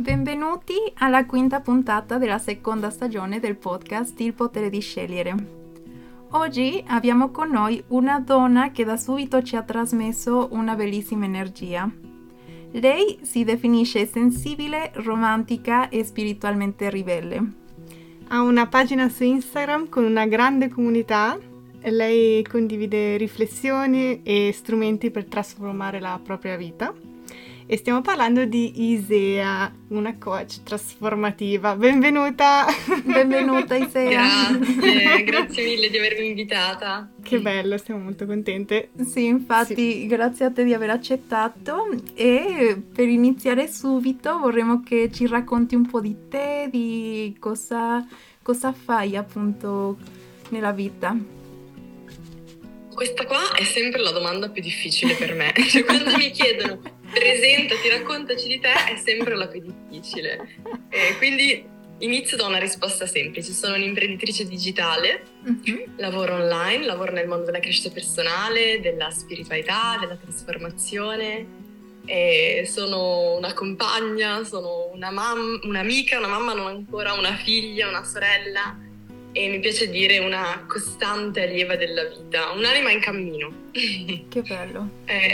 Benvenuti alla quinta puntata della seconda stagione del podcast Il potere di scegliere. Oggi abbiamo con noi una donna che da subito ci ha trasmesso una bellissima energia. Lei si definisce sensibile, romantica e spiritualmente ribelle. Ha una pagina su Instagram con una grande comunità e lei condivide riflessioni e strumenti per trasformare la propria vita. E stiamo parlando di Isea, una coach trasformativa. Benvenuta! Benvenuta Isea! Grazie mille di avermi invitata. Che bello, siamo molto contente. Sì, infatti, grazie a te di aver accettato. E per iniziare subito vorremmo che ci racconti un po' di te, di cosa fai appunto nella vita. Questa qua è sempre la domanda più difficile per me. Cioè, quando mi chiedono presentati, raccontaci di te, è sempre la più difficile. Quindi inizio da una risposta semplice. Sono un'imprenditrice digitale, lavoro online, lavoro nel mondo della crescita personale, della spiritualità, della trasformazione. Sono una compagna, sono un'amica, una mamma non ancora, una figlia, una sorella. E mi piace dire una costante allieva della vita, un'anima in cammino. Che bello.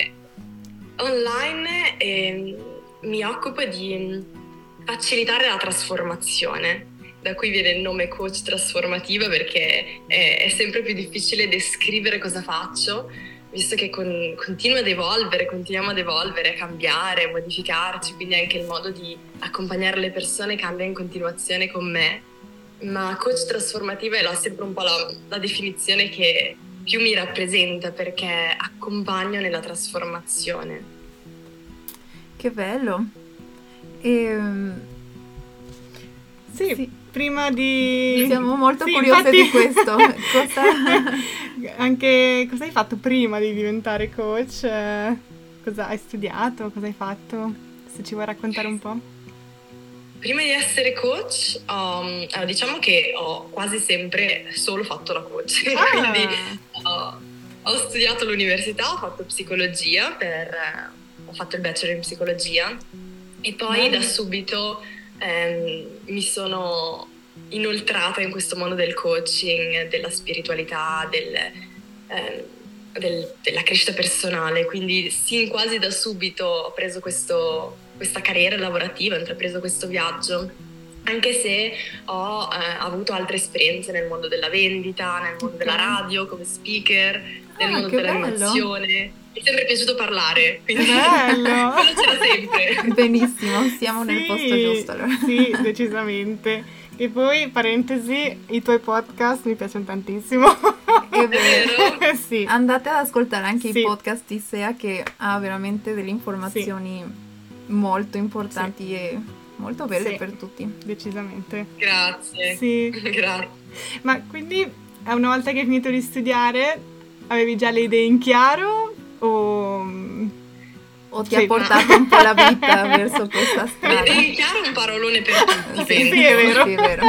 Online mi occupo di facilitare la trasformazione, da cui viene il nome coach trasformativa, perché è sempre più difficile descrivere cosa faccio, visto che continuiamo ad evolvere, a cambiare, a modificarci, quindi anche il modo di accompagnare le persone cambia in continuazione con me. Ma coach trasformativa è sempre un po' la definizione che più mi rappresenta, perché accompagno nella trasformazione. Che bello. Sì, prima di... Siamo molto curiose infatti... di questo. Anche cosa hai fatto prima di diventare coach? Cosa hai studiato? Cosa hai fatto? Se ci vuoi raccontare un po'. Prima di essere coach, diciamo che ho quasi sempre solo fatto la coach. Quindi ho studiato all'università, ho fatto psicologia, ho fatto il bachelor in psicologia e poi da subito mi sono inoltrata in questo mondo del coaching, della spiritualità, della crescita personale. Quindi sin quasi da subito ho preso questa carriera lavorativa, ho intrapreso questo viaggio, anche se ho avuto altre esperienze nel mondo della vendita, nel mondo della radio come speaker, nel mondo dell'animazione. Mi è sempre piaciuto parlare, quindi bello. quello c'era sempre. Benissimo, siamo nel posto giusto allora. Sì, decisamente. E poi, parentesi, i tuoi podcast mi piacciono tantissimo. È vero? Sì. Andate ad ascoltare anche i podcast di Sea, che ha veramente delle informazioni molto importanti e molto belle per tutti. Decisamente. Grazie. Sì. Grazie. Ma quindi, una volta che hai finito di studiare, avevi già le idee in chiaro o ti ha portato un po' la vita verso questa strada? Le idee in chiaro è un parolone per tutti, penso. Sì, è vero. Sì, è vero.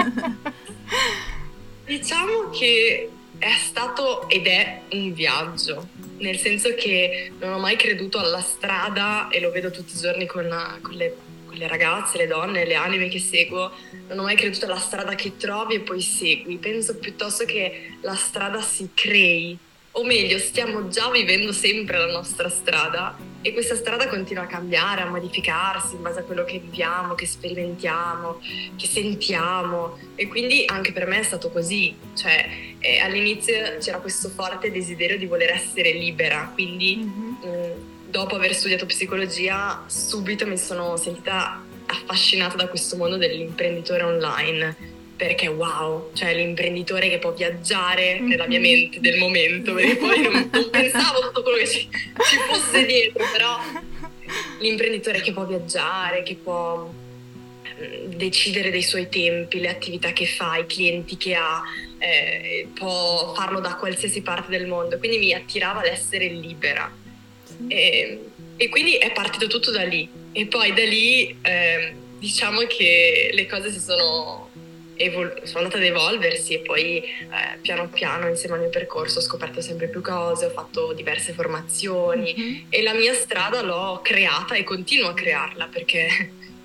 Diciamo che è stato ed è un viaggio, nel senso che non ho mai creduto alla strada, e lo vedo tutti i giorni con le ragazze, le donne, le anime che seguo. Non ho mai creduto alla strada che trovi e poi segui. Penso piuttosto che la strada si crei, o meglio, stiamo già vivendo sempre la nostra strada e questa strada continua a cambiare, a modificarsi in base a quello che viviamo, che sperimentiamo, che sentiamo. E quindi anche per me è stato così, cioè all'inizio c'era questo forte desiderio di voler essere libera, quindi dopo aver studiato psicologia subito mi sono sentita affascinata da questo mondo dell'imprenditore online, perché wow, cioè l'imprenditore che può viaggiare nella mia mente del momento, perché poi non pensavo a tutto quello che ci fosse dietro, però l'imprenditore che può viaggiare, che può decidere dei suoi tempi, le attività che fa, i clienti che ha, può farlo da qualsiasi parte del mondo, quindi mi attirava l'essere libera. E quindi è partito tutto da lì, e poi da lì diciamo che le cose sono andate ad evolversi, e poi piano piano insieme al mio percorso ho scoperto sempre più cose, ho fatto diverse formazioni e la mia strada l'ho creata e continuo a crearla, perché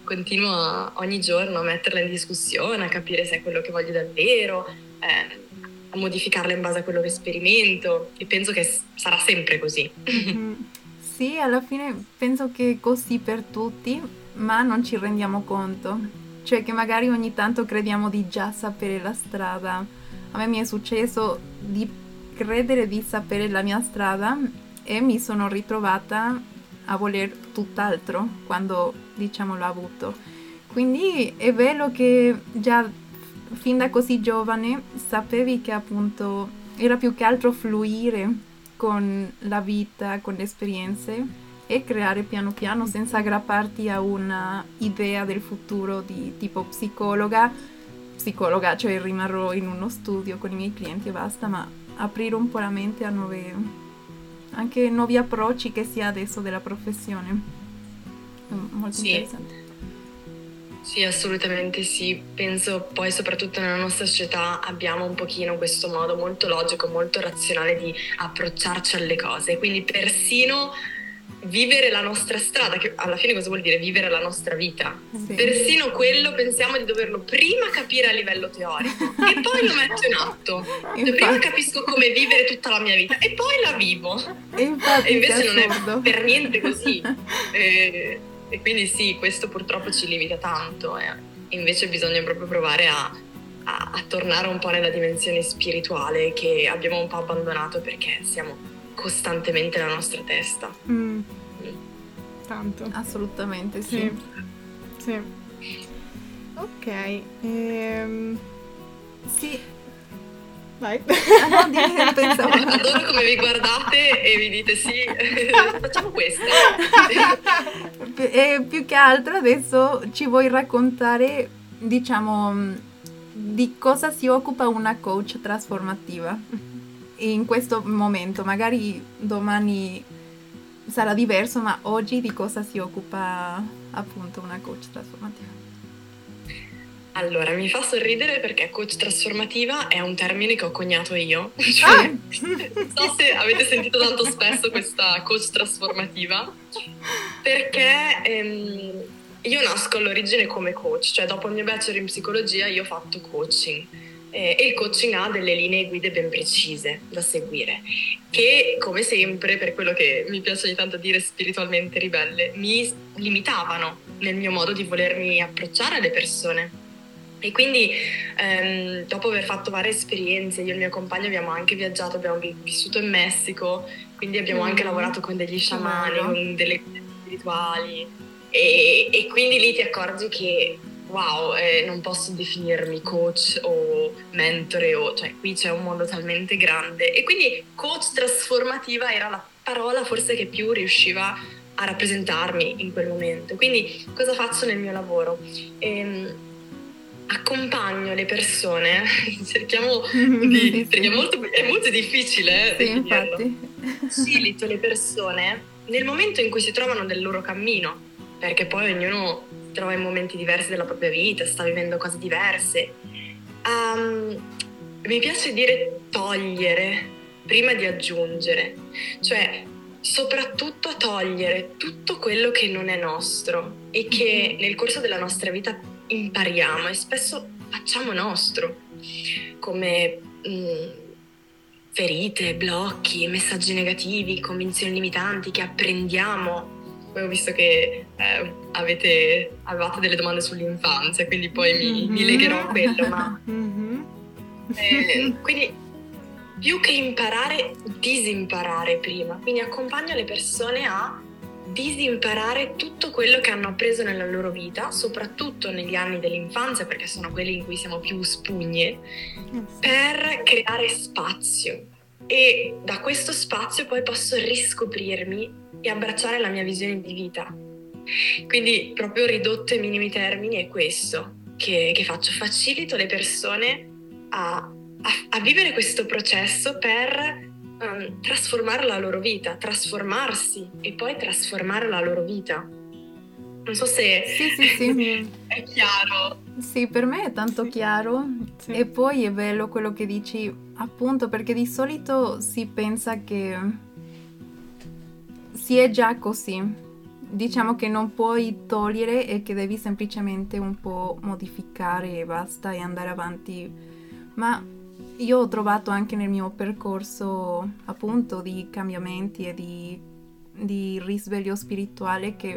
continuo ogni giorno a metterla in discussione, a capire se è quello che voglio davvero, a modificarla in base a quello che sperimento, e penso che sarà sempre così. Sì, alla fine penso che è così per tutti, ma non ci rendiamo conto. Cioè che magari ogni tanto crediamo di già sapere la strada. A me mi è successo di credere di sapere la mia strada e mi sono ritrovata a voler tutt'altro quando, diciamo, l'ho avuto. Quindi è vero che già fin da così giovane sapevi che appunto era più che altro fluire con la vita, con le esperienze e creare piano piano senza aggrapparti a una idea del futuro di tipo psicologa, cioè rimarrò in uno studio con i miei clienti e basta, ma aprire un po' la mente a anche nuovi approcci che si ha adesso della professione. Molto interessante. Sì, assolutamente sì. Penso poi soprattutto nella nostra società abbiamo un pochino questo modo molto logico, molto razionale di approcciarci alle cose. Quindi persino vivere la nostra strada, che alla fine cosa vuol dire? Vivere la nostra vita. Sì. Persino quello pensiamo di doverlo prima capire a livello teorico e poi lo metto in atto. Cioè, prima capisco come vivere tutta la mia vita e poi la vivo. E invece non è per niente così. E quindi sì, questo purtroppo ci limita tanto, invece bisogna proprio provare a tornare un po' nella dimensione spirituale che abbiamo un po' abbandonato perché siamo costantemente nella nostra testa. Tanto. Assolutamente sì. Ok. Sì. Vai. No, pensavo. Adoro come vi guardate e vi dite sì, facciamo questo. E più che altro adesso ci vuoi raccontare, diciamo, di cosa si occupa una coach trasformativa in questo momento. Magari domani sarà diverso, ma oggi di cosa si occupa appunto una coach trasformativa? Allora, mi fa sorridere perché coach trasformativa è un termine che ho coniato io. Cioè, non so se avete sentito tanto spesso questa coach trasformativa, perché io nasco all'origine come coach, cioè dopo il mio bachelor in psicologia io ho fatto coaching. E il coaching ha delle linee guide ben precise da seguire, che come sempre, per quello che mi piace ogni tanto dire spiritualmente ribelle, mi limitavano nel mio modo di volermi approcciare alle persone. E quindi dopo aver fatto varie esperienze, io e il mio compagno abbiamo anche viaggiato, abbiamo vissuto in Messico, quindi abbiamo anche lavorato con degli sciamani, con delle guide spirituali, e quindi lì ti accorgi che wow, non posso definirmi coach o mentore, cioè qui c'è un mondo talmente grande. E quindi coach trasformativa era la parola forse che più riusciva a rappresentarmi in quel momento. Quindi cosa faccio nel mio lavoro? Accompagno le persone, cerchiamo di... perché è molto difficile definirlo. Facilito le persone nel momento in cui si trovano nel loro cammino, perché poi ognuno si trova in momenti diversi della propria vita, sta vivendo cose diverse. Mi piace dire togliere prima di aggiungere, cioè soprattutto a togliere tutto quello che non è nostro e che nel corso della nostra vita impariamo e spesso facciamo nostro, come ferite, blocchi, messaggi negativi, convinzioni limitanti che apprendiamo. Poi ho visto che avevate delle domande sull'infanzia, quindi poi mi legherò a quello, ma quindi più che imparare, disimparare prima. Quindi accompagno le persone a disimparare tutto quello che hanno appreso nella loro vita, soprattutto negli anni dell'infanzia, perché sono quelli in cui siamo più spugne, per creare spazio. E da questo spazio poi posso riscoprirmi e abbracciare la mia visione di vita. Quindi proprio ridotto ai minimi termini è questo che faccio. Facilito le persone a vivere questo processo per trasformare la loro vita, trasformarsi e poi trasformare la loro vita. Non so se sì. è chiaro. Sì, per me è tanto chiaro. Sì. E poi è bello quello che dici, appunto, perché di solito si pensa che si è già così, diciamo che non puoi togliere e che devi semplicemente un po' modificare e basta e andare avanti. Ma io ho trovato anche nel mio percorso appunto di cambiamenti e di risveglio spirituale che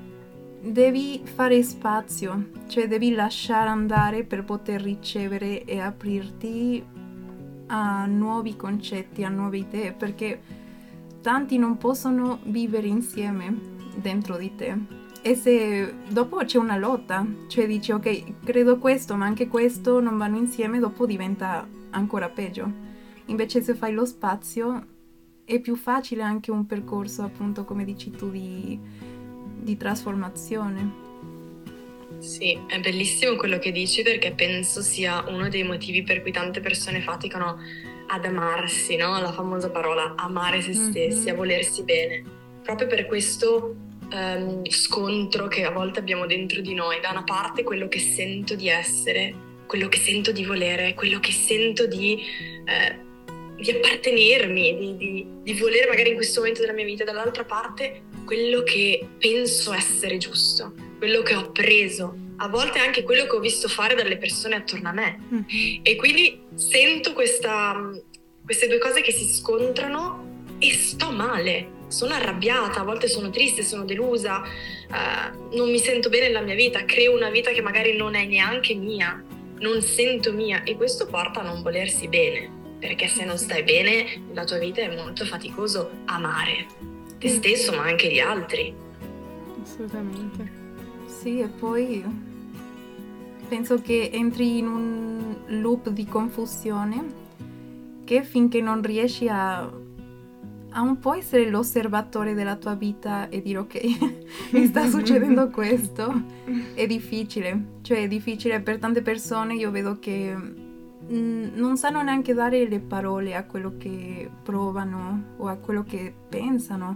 devi fare spazio, cioè devi lasciare andare per poter ricevere e aprirti a nuovi concetti, a nuove idee, perché tanti non possono vivere insieme dentro di te. E se dopo c'è una lotta, cioè dici ok, credo questo, ma anche questo non vanno insieme, dopo diventa ancora peggio. Invece se fai lo spazio è più facile anche un percorso, appunto, come dici tu, di trasformazione. Sì, è bellissimo quello che dici perché penso sia uno dei motivi per cui tante persone faticano ad amarsi, no? La famosa parola amare se stessi, a volersi bene. Proprio per questo scontro che a volte abbiamo dentro di noi. Da una parte quello che sento di essere, quello che sento di volere, quello che sento di appartenermi, di volere magari in questo momento della mia vita. Dall'altra parte quello che penso essere giusto, quello che ho preso, a volte anche quello che ho visto fare dalle persone attorno a me. E quindi sento queste due cose che si scontrano e sto male, sono arrabbiata, a volte sono triste, sono delusa, non mi sento bene nella mia vita, creo una vita che magari non è neanche mia, non sento mia, e questo porta a non volersi bene, perché se non stai bene nella tua vita è molto faticoso amare te stesso ma anche gli altri. Assolutamente. Sì, e poi penso che entri in un loop di confusione che finché non riesci a un po' essere l'osservatore della tua vita e dire ok, mi sta succedendo questo, è difficile. Cioè è difficile per tante persone, io vedo che non sanno neanche dare le parole a quello che provano o a quello che pensano.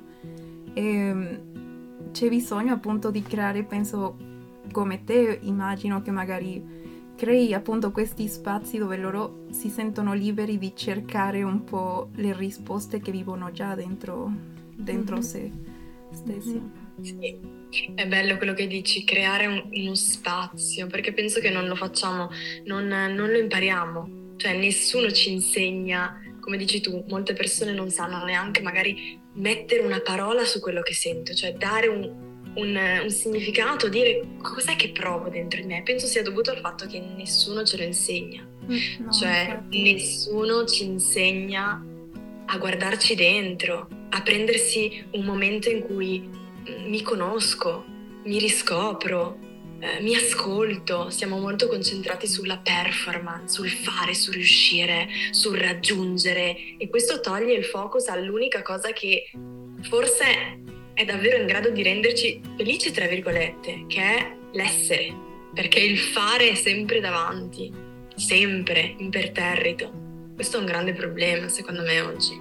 E c'è bisogno appunto di creare, penso come te, immagino che magari crei appunto questi spazi dove loro si sentono liberi di cercare un po' le risposte che vivono già dentro se stessi. Sì, è bello quello che dici, creare uno spazio, perché penso che non lo facciamo, non lo impariamo, cioè nessuno ci insegna, come dici tu, molte persone non sanno neanche magari mettere una parola su quello che sento, cioè dare un significato, dire cos'è che provo dentro di me. Penso sia dovuto al fatto che nessuno ce lo insegna, No, cioè infatti. nessuno ci insegna a guardarci dentro, a prendersi un momento in cui mi conosco, mi riscopro, mi ascolto. Siamo molto concentrati sulla performance, sul fare, sul riuscire, sul raggiungere, e questo toglie il focus all'unica cosa che forse è davvero in grado di renderci felici, tra virgolette, che è l'essere, perché il fare è sempre davanti, sempre imperterrito. Questo è un grande problema secondo me oggi.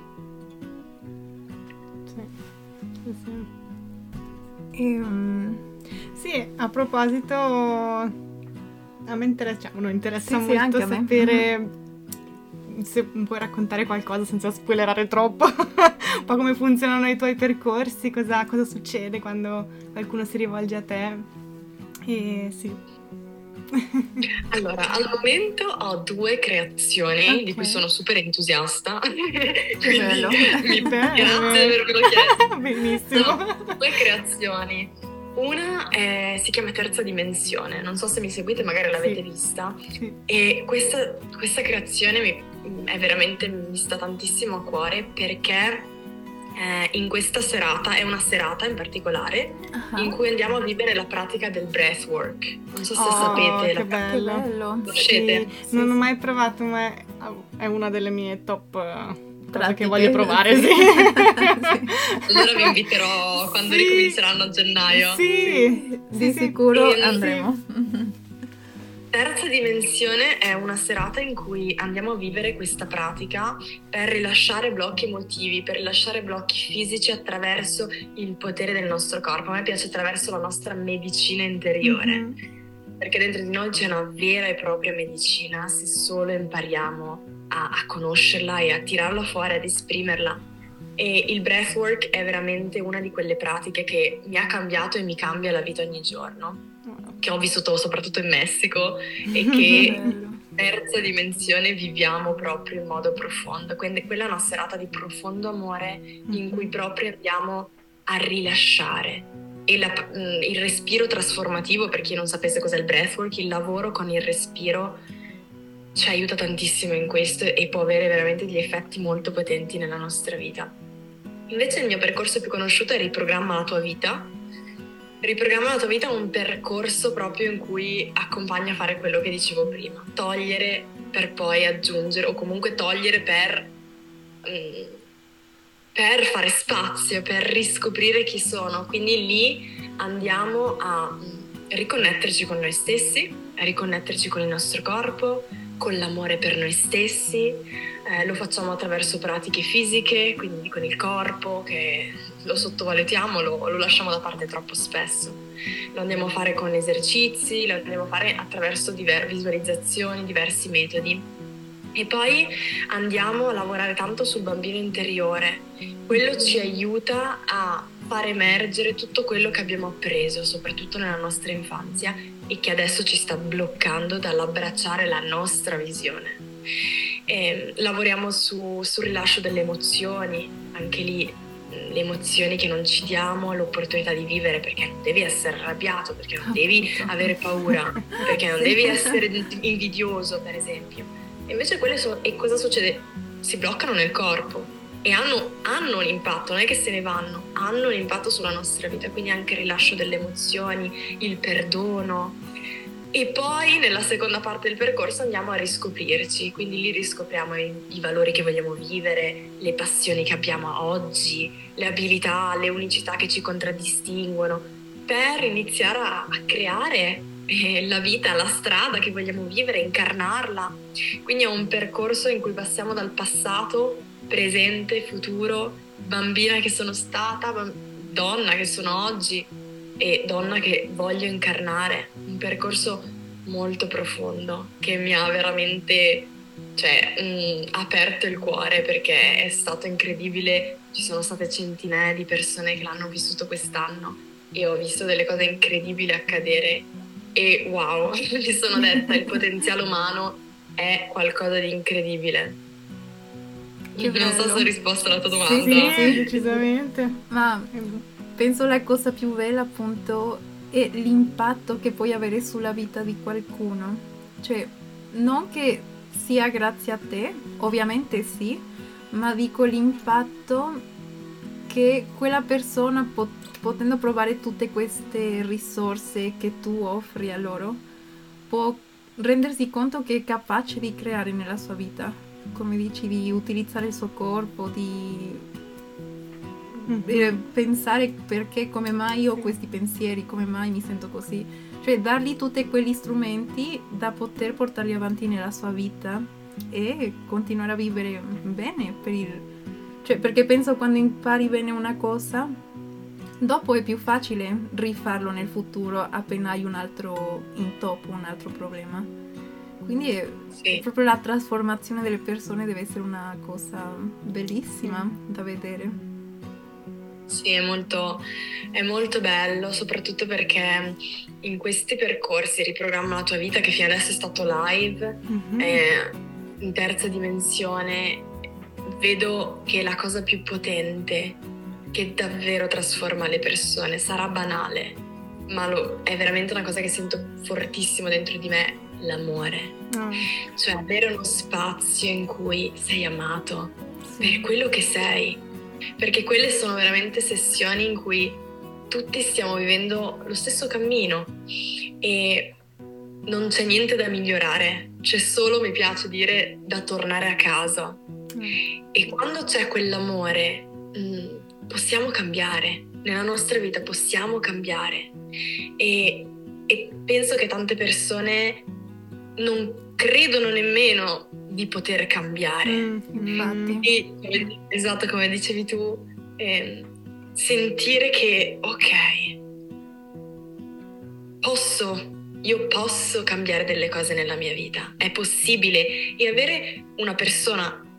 Sì, a proposito, a me interessa Sì, molto anche a me. sapere se puoi raccontare qualcosa senza spoilerare troppo, un po' come funzionano i tuoi percorsi, cosa succede quando qualcuno si rivolge a te. E sì. Allora, al momento ho 2 creazioni di cui sono super entusiasta. Quindi bello. grazie per avermelo chiesto. Benissimo. No, 2 creazioni. Una si chiama Terza Dimensione, non so se mi seguite, magari l'avete vista. Sì. E questa creazione mi sta tantissimo a cuore perché in questa serata, è una serata in particolare, in cui andiamo a vivere la pratica del breathwork. Non so se sapete. Che bello. Che bello. Conoscete? Sì, non ho mai provato, ma è una delle mie top cose che Pratiche. voglio provare, sì. Allora vi inviterò quando ricominceranno a gennaio. Sì, di sicuro Sì. andremo. Terza Dimensione è una serata in cui andiamo a vivere questa pratica per rilasciare blocchi emotivi, per rilasciare blocchi fisici attraverso il potere del nostro corpo. A me piace attraverso la nostra medicina interiore, perché dentro di noi c'è una vera e propria medicina se solo impariamo a conoscerla e a tirarla fuori, ad esprimerla. E il breathwork è veramente una di quelle pratiche che mi ha cambiato e mi cambia la vita ogni giorno, che ho vissuto soprattutto in Messico e che Bello. terza dimensione viviamo proprio in modo profondo. Quindi quella è una serata di profondo amore in cui proprio andiamo a rilasciare. E il respiro trasformativo, per chi non sapesse cos'è il breathwork, il lavoro con il respiro ci aiuta tantissimo in questo e può avere veramente degli effetti molto potenti nella nostra vita. Invece il mio percorso più conosciuto è Riprogramma la tua vita. Riprogramma la tua vita è un percorso proprio in cui accompagna a fare quello che dicevo prima, togliere per poi aggiungere, o comunque togliere per fare spazio, per riscoprire chi sono. Quindi lì andiamo a riconnetterci con noi stessi, a riconnetterci con il nostro corpo, con l'amore per noi stessi. Lo facciamo attraverso pratiche fisiche, quindi con il corpo, che lo sottovalutiamo, lo lasciamo da parte troppo spesso. Lo andiamo a fare con esercizi, lo andiamo a fare attraverso visualizzazioni, diversi metodi. E poi andiamo a lavorare tanto sul bambino interiore. Quello ci aiuta a far emergere tutto quello che abbiamo appreso, soprattutto nella nostra infanzia, e che adesso ci sta bloccando dall'abbracciare la nostra visione. Lavoriamo sul rilascio delle emozioni, anche lì le emozioni che non ci diamo l'opportunità di vivere, perché non devi essere arrabbiato, perché non devi avere paura, perché non devi essere invidioso, per esempio. E invece e cosa succede? Si bloccano nel corpo e hanno un impatto, non è che se ne vanno, hanno un impatto sulla nostra vita, quindi anche il rilascio delle emozioni, il perdono. E poi nella seconda parte del percorso andiamo a riscoprirci, quindi lì riscopriamo i valori che vogliamo vivere, le passioni che abbiamo oggi, le abilità, le unicità che ci contraddistinguono, per iniziare a creare la vita, la strada che vogliamo vivere, incarnarla. Quindi è un percorso in cui passiamo dal passato, presente, futuro, bambina che sono stata, donna che sono oggi e donna che voglio incarnare. Un percorso molto profondo che mi ha veramente aperto il cuore, perché è stato incredibile. Ci sono state centinaia di persone che l'hanno vissuto quest'anno e ho visto delle cose incredibili accadere e wow, mi sono detta il potenziale umano è qualcosa di incredibile. Che Non so se ho bello. risposto alla tua Sì, domanda. sì. Decisamente. Ma penso la cosa più bella appunto è l'impatto che puoi avere sulla vita di qualcuno. Cioè, non che sia grazie a te, ovviamente sì, ma dico l'impatto che quella persona potendo provare tutte queste risorse che tu offri a loro, può rendersi conto che è capace di creare nella sua vita, come dici, di utilizzare il suo corpo, di pensare perché, come mai ho questi pensieri, come mai mi sento così, cioè dargli tutti quegli strumenti da poter portarli avanti nella sua vita e continuare a vivere bene cioè, perché penso quando impari bene una cosa dopo è più facile rifarlo nel futuro appena hai un altro intoppo, un altro problema. Quindi è proprio la trasformazione delle persone deve essere una cosa bellissima da vedere. Sì, è molto bello, soprattutto perché in questi percorsi Riprogramma la tua vita, che fino adesso è stato live, in terza dimensione, vedo che la cosa più potente che davvero trasforma le persone sarà banale, ma è veramente una cosa che sento fortissimo dentro di me, l'amore. Cioè avere uno spazio in cui sei amato per quello che sei, perché quelle sono veramente sessioni in cui tutti stiamo vivendo lo stesso cammino e non c'è niente da migliorare, c'è solo, mi piace dire, da tornare a casa. E quando c'è quell'amore possiamo cambiare, nella nostra vita possiamo cambiare e penso che tante persone non credono nemmeno di poter cambiare. Infatti. E, esatto, come dicevi tu, sentire che io posso cambiare delle cose nella mia vita, è possibile, e avere una persona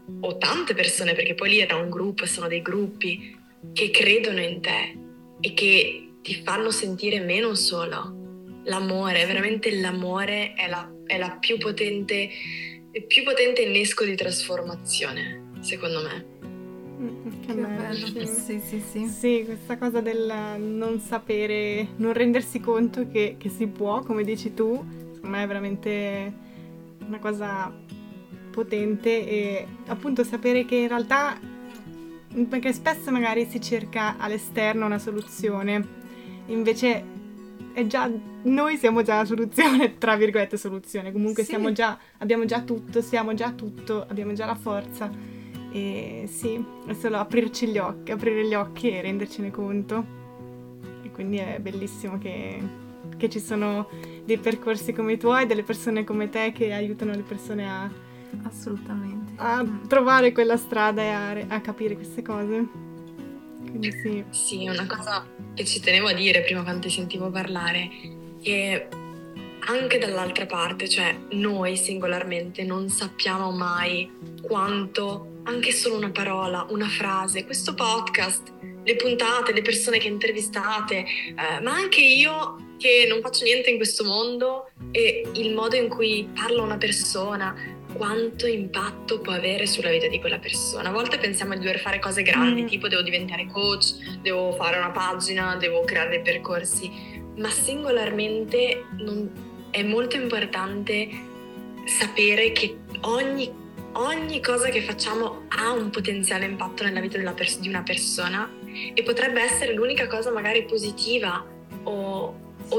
o tante persone, perché poi lì era un gruppo, sono dei gruppi che credono in te e che ti fanno sentire meno solo. L'amore, veramente l'amore è la più potente, il più potente innesco di trasformazione, secondo me. Che bello. Sì, sì, sì. Sì, questa cosa del non sapere, non rendersi conto che si può, come dici tu, secondo me è veramente una cosa potente, e appunto sapere che in realtà, perché spesso magari si cerca all'esterno una soluzione, invece noi siamo già la soluzione, tra virgolette soluzione, comunque Sì. abbiamo già tutto, siamo già tutto, abbiamo già la forza, e sì, è solo aprire gli occhi e rendercene conto, e quindi è bellissimo che ci sono dei percorsi come i tuoi, delle persone come te che aiutano le persone Assolutamente. a trovare quella strada e a capire queste cose. Quindi sì. Sì, una cosa che ci tenevo a dire prima quando ti sentivo parlare, che anche dall'altra parte, cioè noi singolarmente non sappiamo mai quanto, anche solo una parola, una frase, questo podcast, le puntate, le persone che intervistate, ma anche io che non faccio niente in questo mondo, e il modo in cui parla una persona, quanto impatto può avere sulla vita di quella persona. A volte pensiamo di dover fare cose grandi, tipo devo diventare coach, devo fare una pagina, devo creare dei percorsi, ma singolarmente è molto importante sapere che ogni cosa che facciamo ha un potenziale impatto nella vita di una persona, e potrebbe essere l'unica cosa magari positiva o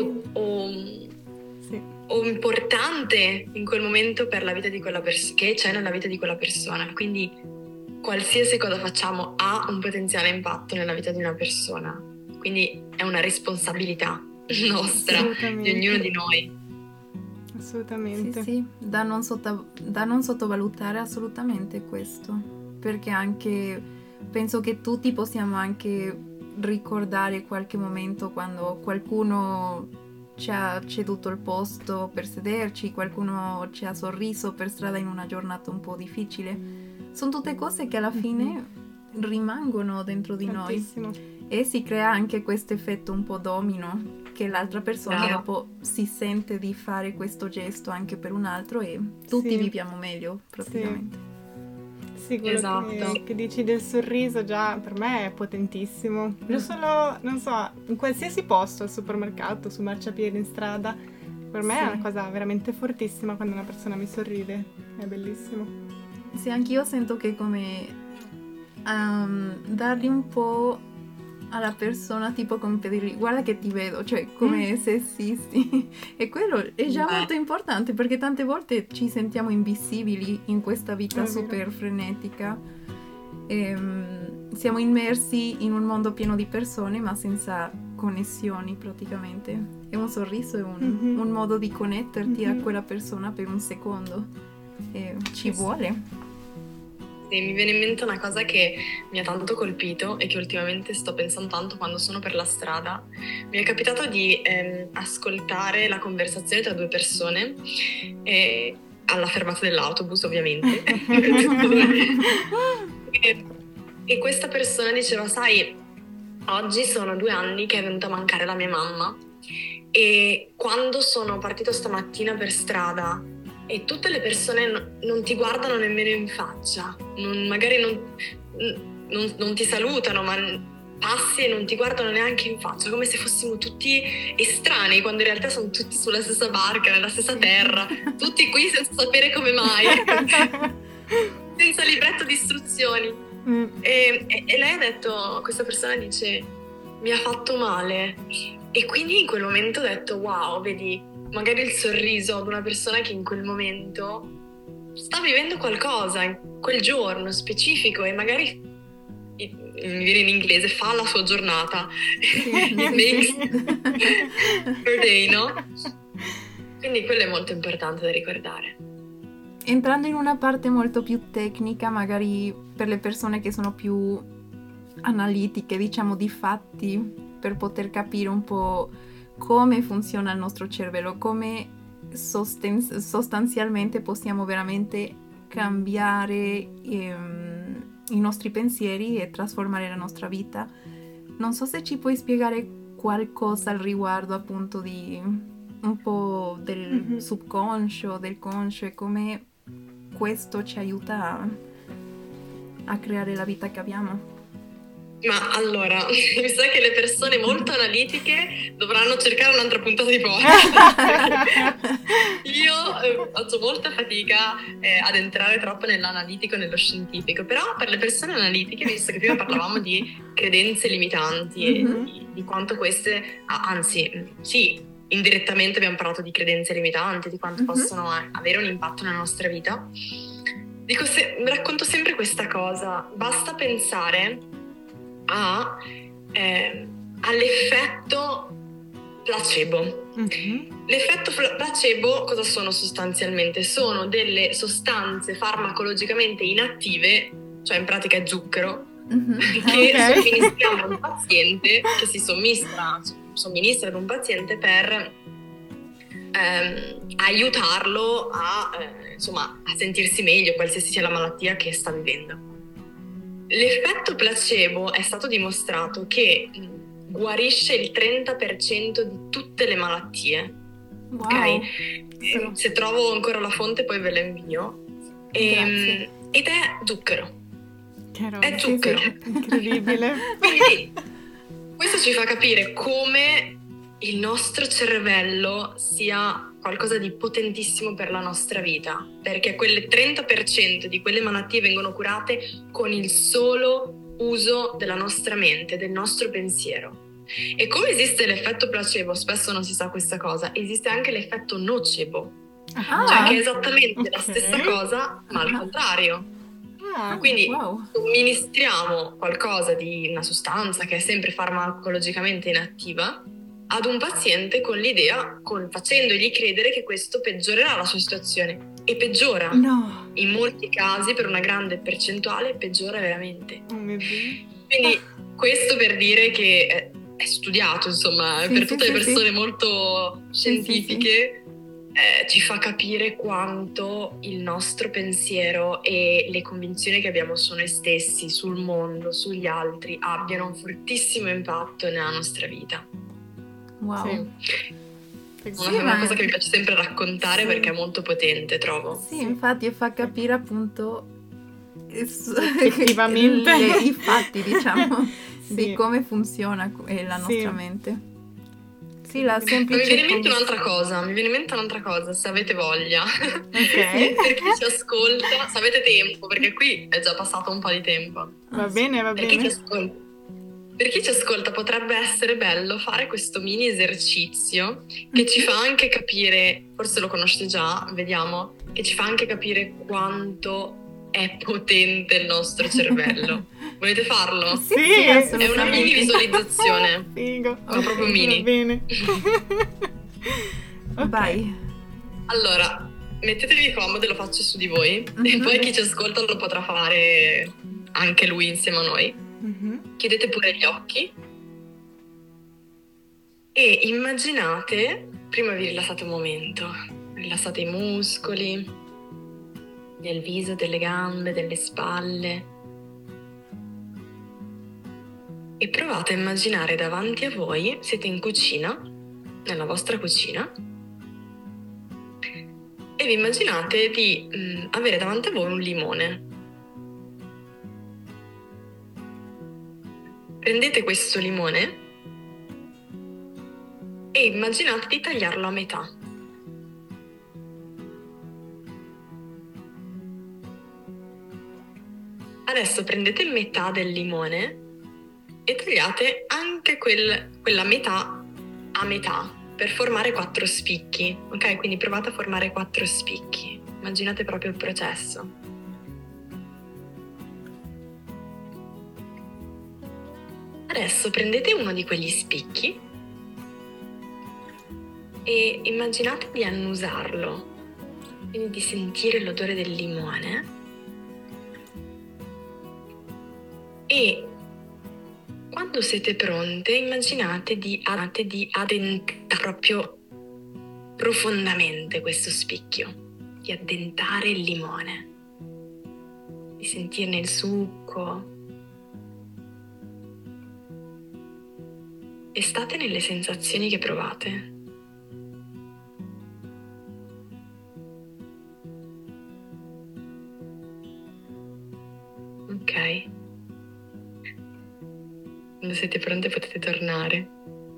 importante in quel momento per la vita di quella che c'è nella vita di quella persona. Quindi qualsiasi cosa facciamo ha un potenziale impatto nella vita di una persona, quindi è una responsabilità nostra, di ognuno di noi. Assolutamente. Sì, da non sottovalutare assolutamente questo, perché anche penso che tutti possiamo anche ricordare qualche momento quando qualcuno ci ha ceduto il posto per sederci, qualcuno ci ha sorriso per strada in una giornata un po' difficile. Sono tutte cose che alla fine rimangono dentro di Tantissimo. noi, e si crea anche questo effetto un po' domino, che l'altra persona dopo si sente di fare questo gesto anche per un altro, e tutti viviamo meglio praticamente. Sì, quello che dici del sorriso già per me è potentissimo. Io solo, non so, in qualsiasi posto, al supermercato, sul marciapiede, in strada, per me è una cosa veramente fortissima quando una persona mi sorride, è bellissimo. Sì, anch'io sento che come dargli un po' alla persona, tipo come per dirgli guarda che ti vedo, cioè come se esisti, e quello è già molto importante, perché tante volte ci sentiamo invisibili in questa vita super frenetica, siamo immersi in un mondo pieno di persone ma senza connessioni praticamente, e un sorriso è un modo di connetterti a quella persona per un secondo, e ci vuole. Sì, mi viene in mente una cosa che mi ha tanto colpito e che ultimamente sto pensando tanto quando sono per la strada. Mi è capitato di ascoltare la conversazione tra due persone alla fermata dell'autobus, ovviamente. e questa persona diceva: sai, oggi sono 2 anni che è venuta a mancare la mia mamma, e quando sono partito stamattina per strada e tutte le persone non ti guardano nemmeno in faccia, magari non ti salutano, ma passi e non ti guardano neanche in faccia, come se fossimo tutti estranei, quando in realtà sono tutti sulla stessa barca, nella stessa terra, tutti qui senza sapere come mai, senza libretto di istruzioni. E lei ha detto, questa persona dice: mi ha fatto male. E quindi in quel momento ho detto: wow, vedi, magari il sorriso ad una persona che in quel momento sta vivendo qualcosa, in quel giorno specifico, e magari, mi viene in inglese, fa la sua giornata, makes her day, no? Quindi quello è molto importante da ricordare. Entrando in una parte molto più tecnica, magari per le persone che sono più analitiche, diciamo, di fatti, per poter capire un po' come funziona il nostro cervello, come sostanzialmente possiamo veramente cambiare i nostri pensieri e trasformare la nostra vita. Non so se ci puoi spiegare qualcosa al riguardo, appunto, di un po' del subconscio, del conscio, e come questo ci aiuta a creare la vita che abbiamo. Ma allora, mi sa che le persone molto analitiche dovranno cercare un'altra puntata di podcast. Io faccio molta fatica ad entrare troppo nell'analitico e nello scientifico, però per le persone analitiche, visto che prima parlavamo di credenze limitanti e di quanto queste, anzi, sì, indirettamente abbiamo parlato di credenze limitanti, di quanto possono avere un impatto nella nostra vita. Racconto sempre questa cosa, basta pensare all'effetto placebo. L'effetto placebo cosa sono sostanzialmente? Sono delle sostanze farmacologicamente inattive, cioè in pratica è zucchero, che somministriamo a un paziente, che si somministra ad un paziente per aiutarlo a sentirsi meglio, qualsiasi sia la malattia che sta vivendo. L'effetto placebo è stato dimostrato che guarisce il 30% di tutte le malattie. Wow. Ok? Se trovo ancora la fonte poi ve la invio. Ed è zucchero. È zucchero. Sì, incredibile. Quindi questo ci fa capire come il nostro cervello sia qualcosa di potentissimo per la nostra vita, perché quel 30% di quelle malattie vengono curate con il solo uso della nostra mente, del nostro pensiero. E come esiste l'effetto placebo, spesso non si sa questa cosa, esiste anche l'effetto nocebo, cioè che è esattamente la stessa cosa, ma al contrario. Quindi somministriamo qualcosa di una sostanza che è sempre farmacologicamente inattiva ad un paziente con l'idea, facendogli credere che questo peggiorerà la sua situazione, e peggiora. In molti casi, per una grande percentuale, peggiora veramente. Quindi questo per dire che è studiato, insomma, per tutte le persone molto scientifiche. Ci fa capire quanto il nostro pensiero e le convinzioni che abbiamo su noi stessi, sul mondo, sugli altri, abbiano un fortissimo impatto nella nostra vita. Wow. È una cosa che mi piace sempre raccontare perché è molto potente, trovo. Sì, infatti fa capire appunto effettivamente i fatti, diciamo, di come funziona la nostra mente. Sì, la semplice. Mi viene in mente un'altra cosa, se avete voglia. Per chi ci ascolta, se avete tempo, perché qui è già passato un po' di tempo. Va bene. Per chi ci ascolta potrebbe essere bello fare questo mini esercizio che ci fa anche capire, forse lo conoscete già, vediamo, che ci fa anche capire quanto è potente il nostro cervello. Volete farlo? Sì, è una mini visualizzazione. Figo. Ma proprio mini. Va bene. Vai. Allora, mettetevi comodi, lo faccio su di voi e poi chi ci ascolta lo potrà fare anche lui insieme a noi. Chiudete pure gli occhi e immaginate, prima vi rilassate un momento, rilassate i muscoli del viso, delle gambe, delle spalle e provate a immaginare davanti a voi, siete in cucina, nella vostra cucina, e vi immaginate di avere davanti a voi un limone. Prendete questo limone e immaginate di tagliarlo a metà. Adesso prendete metà del limone e tagliate anche quella metà a metà per formare 4 spicchi, ok? Quindi provate a formare 4 spicchi. Immaginate proprio il processo. Adesso prendete uno di quegli spicchi e immaginate di annusarlo, quindi di sentire l'odore del limone e quando siete pronte immaginate di addentare proprio profondamente questo spicchio, di addentare il limone. di sentirne il succo. E state nelle sensazioni che provate. Ok. Quando siete pronte potete tornare.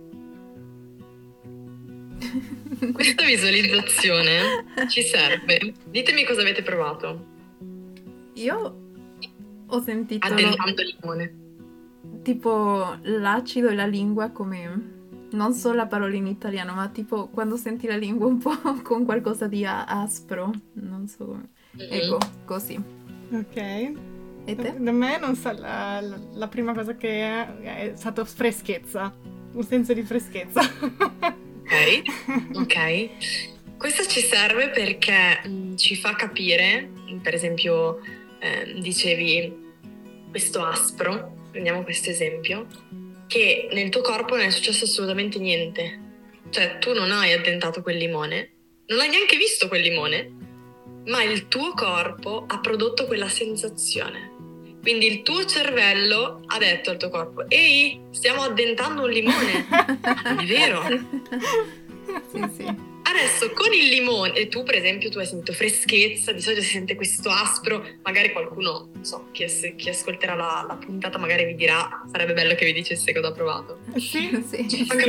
Questa visualizzazione ci serve. Ditemi cosa avete provato. Io ho sentito Addentando il limone. tipo l'acido e la lingua come... Non so la parola in italiano, ma tipo quando senti la lingua un po' con qualcosa di aspro. Non so come... Ecco, così. Ok. E te? Da me non so, la prima cosa che è stato freschezza, un senso di freschezza. Ok. Questo ci serve perché ci fa capire, per esempio, dicevi questo aspro, prendiamo questo esempio, che nel tuo corpo non è successo assolutamente niente. Cioè, tu non hai addentato quel limone, non hai neanche visto quel limone, ma il tuo corpo ha prodotto quella sensazione. Quindi il tuo cervello ha detto al tuo corpo: ehi, stiamo addentando un limone. Non è vero? Sì. Adesso con il limone, e tu per esempio tu hai sentito freschezza, di solito si sente questo aspro, magari qualcuno, non so, chi ascolterà la puntata magari vi dirà, sarebbe bello che vi dicesse cosa ha provato. Sì, Ci fa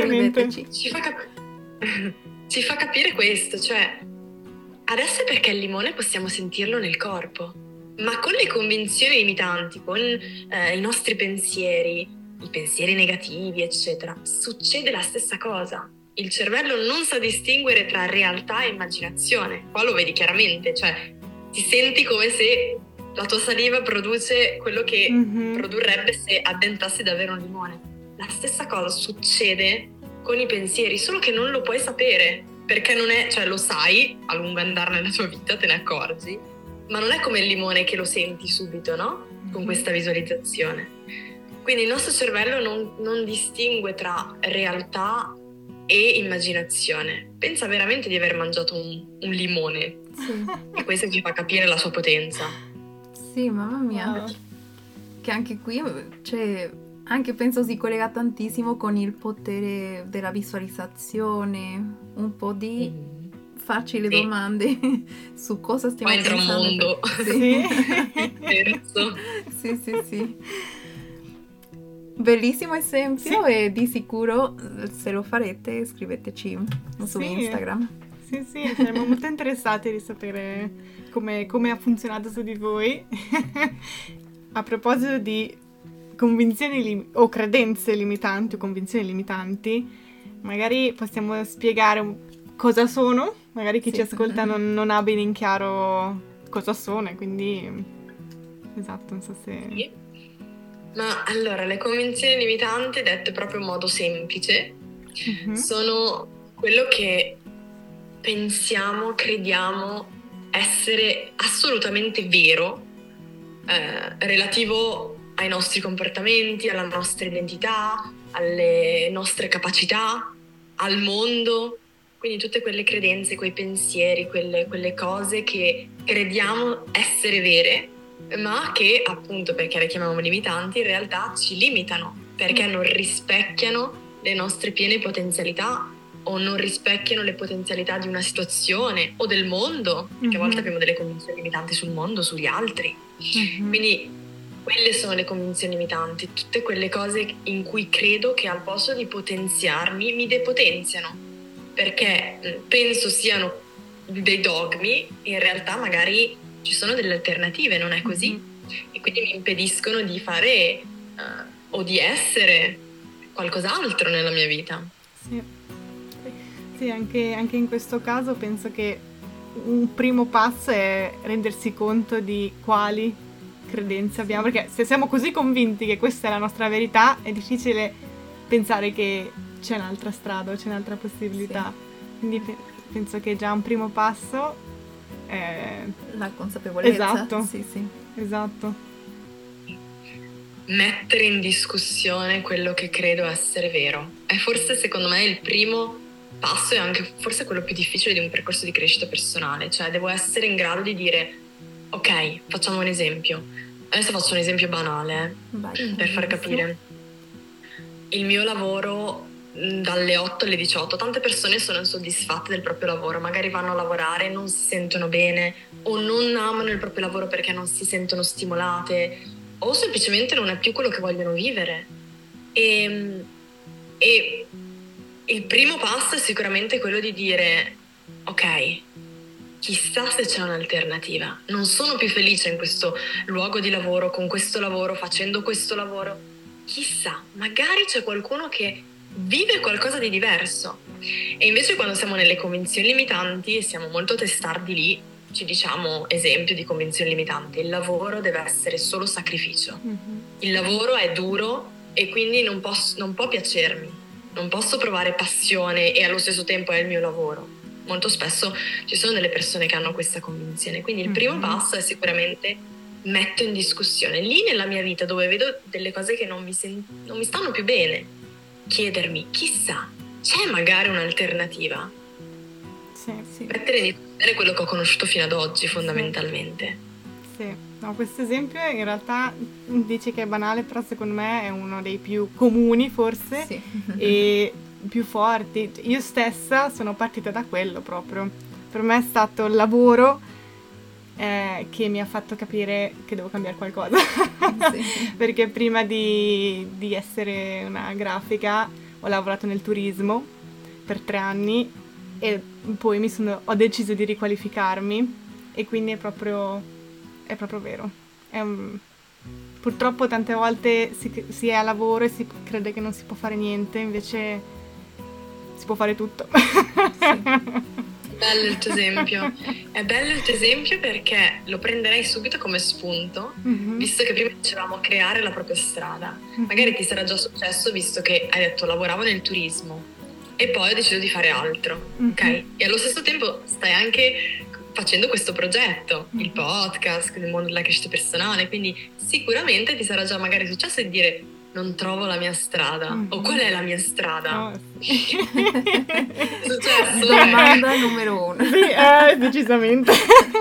ci fa capire questo, cioè adesso è perché il limone possiamo sentirlo nel corpo, ma con le convinzioni limitanti, con i nostri pensieri, i pensieri negativi, eccetera, succede la stessa cosa. Il cervello non sa distinguere tra realtà e immaginazione. Qua lo vedi chiaramente, cioè ti senti come se la tua saliva produce quello che produrrebbe se addentassi davvero un limone. La stessa cosa succede con i pensieri, solo che non lo puoi sapere, perché non è, cioè lo sai a lungo andare nella tua vita, te ne accorgi, ma non è come il limone che lo senti subito, no? Con questa visualizzazione. Quindi il nostro cervello non distingue tra realtà e immaginazione. Pensa veramente di aver mangiato un limone. Sì. E questo ci fa capire la sua potenza. Sì, mamma mia. Che anche qui, cioè, anche penso si collega tantissimo con il potere della visualizzazione, un po' di facili domande su cosa stiamo pensando. Poi entra un mondo. Sì. Bellissimo esempio e di sicuro se lo farete scriveteci su Instagram. Sì, siamo molto interessati di sapere come ha funzionato su di voi. A proposito di convinzioni o credenze limitanti o convinzioni limitanti, magari possiamo spiegare cosa sono, magari chi ci ascolta non ha bene in chiaro cosa sono, quindi esatto, non so se... Sì. Ma allora, le convinzioni limitanti, dette proprio in modo semplice, sono quello che pensiamo, crediamo essere assolutamente vero relativo ai nostri comportamenti, alla nostra identità, alle nostre capacità, al mondo. Quindi tutte quelle credenze, quei pensieri, quelle cose che crediamo essere vere, ma che appunto, perché le chiamiamo limitanti, in realtà ci limitano, perché non rispecchiano le nostre piene potenzialità o non rispecchiano le potenzialità di una situazione o del mondo, perché a volte abbiamo delle convinzioni limitanti sul mondo, sugli altri. Quindi quelle sono le convinzioni limitanti, tutte quelle cose in cui credo che al posto di potenziarmi mi depotenziano, perché penso siano dei dogmi, in realtà magari ci sono delle alternative, non è così? E quindi mi impediscono di fare o di essere qualcos'altro nella mia vita. Sì, anche in questo caso penso che un primo passo è rendersi conto di quali credenze abbiamo, perché se siamo così convinti che questa è la nostra verità è difficile pensare che c'è un'altra strada o c'è un'altra possibilità. Quindi penso che già un primo passo è la consapevolezza. Esatto. Sì. Esatto. Mettere in discussione quello che credo essere vero è forse, secondo me, il primo passo e anche forse quello più difficile di un percorso di crescita personale. Cioè devo essere in grado di dire: ok, facciamo un esempio, Adesso faccio un esempio banale, Vai. per far capire. Il mio lavoro dalle 8 alle 18, tante persone sono insoddisfatte del proprio lavoro, magari vanno a lavorare e non si sentono bene o non amano il proprio lavoro perché non si sentono stimolate o semplicemente non è più quello che vogliono vivere. E il primo passo è sicuramente quello di dire: ok, chissà se c'è un'alternativa. Non sono più felice in questo luogo di lavoro, con questo lavoro, facendo questo lavoro. Chissà, magari c'è qualcuno che vive qualcosa di diverso. E invece quando siamo nelle convinzioni limitanti e siamo molto testardi lì, ci diciamo, esempio di convinzioni limitanti: il lavoro deve essere solo sacrificio. Il lavoro è duro e quindi non può piacermi. Non posso provare passione e allo stesso tempo è il mio lavoro. Molto spesso ci sono delle persone che hanno questa convinzione, quindi il primo passo è sicuramente metto in discussione lì nella mia vita dove vedo delle cose che non mi stanno più bene, chiedermi: chissà, c'è magari un'alternativa? Sì. Mettere in discussione quello che ho conosciuto fino ad oggi, fondamentalmente. Sì, no, questo esempio in realtà dici che è banale, però secondo me è uno dei più comuni forse e più forti. Io stessa sono partita da quello proprio. Per me è stato il lavoro che mi ha fatto capire che devo cambiare qualcosa. Perché prima di essere una grafica ho lavorato nel turismo per 3 anni e poi ho deciso di riqualificarmi e quindi è proprio vero. Purtroppo tante volte si è a lavoro e si crede che non si può fare niente, invece si può fare tutto. Bello il tuo esempio. È bello il tuo esempio perché lo prenderei subito come spunto, visto che prima dicevamo creare la propria strada. Magari ti sarà già successo, visto che hai detto lavoravo nel turismo e poi ho deciso di fare altro, ok? E allo stesso tempo stai anche facendo questo progetto, il podcast, il mondo della crescita personale, quindi sicuramente ti sarà già magari successo di dire: non trovo la mia strada, o qual è la mia strada? Successo, domanda numero 1. Sì, decisamente.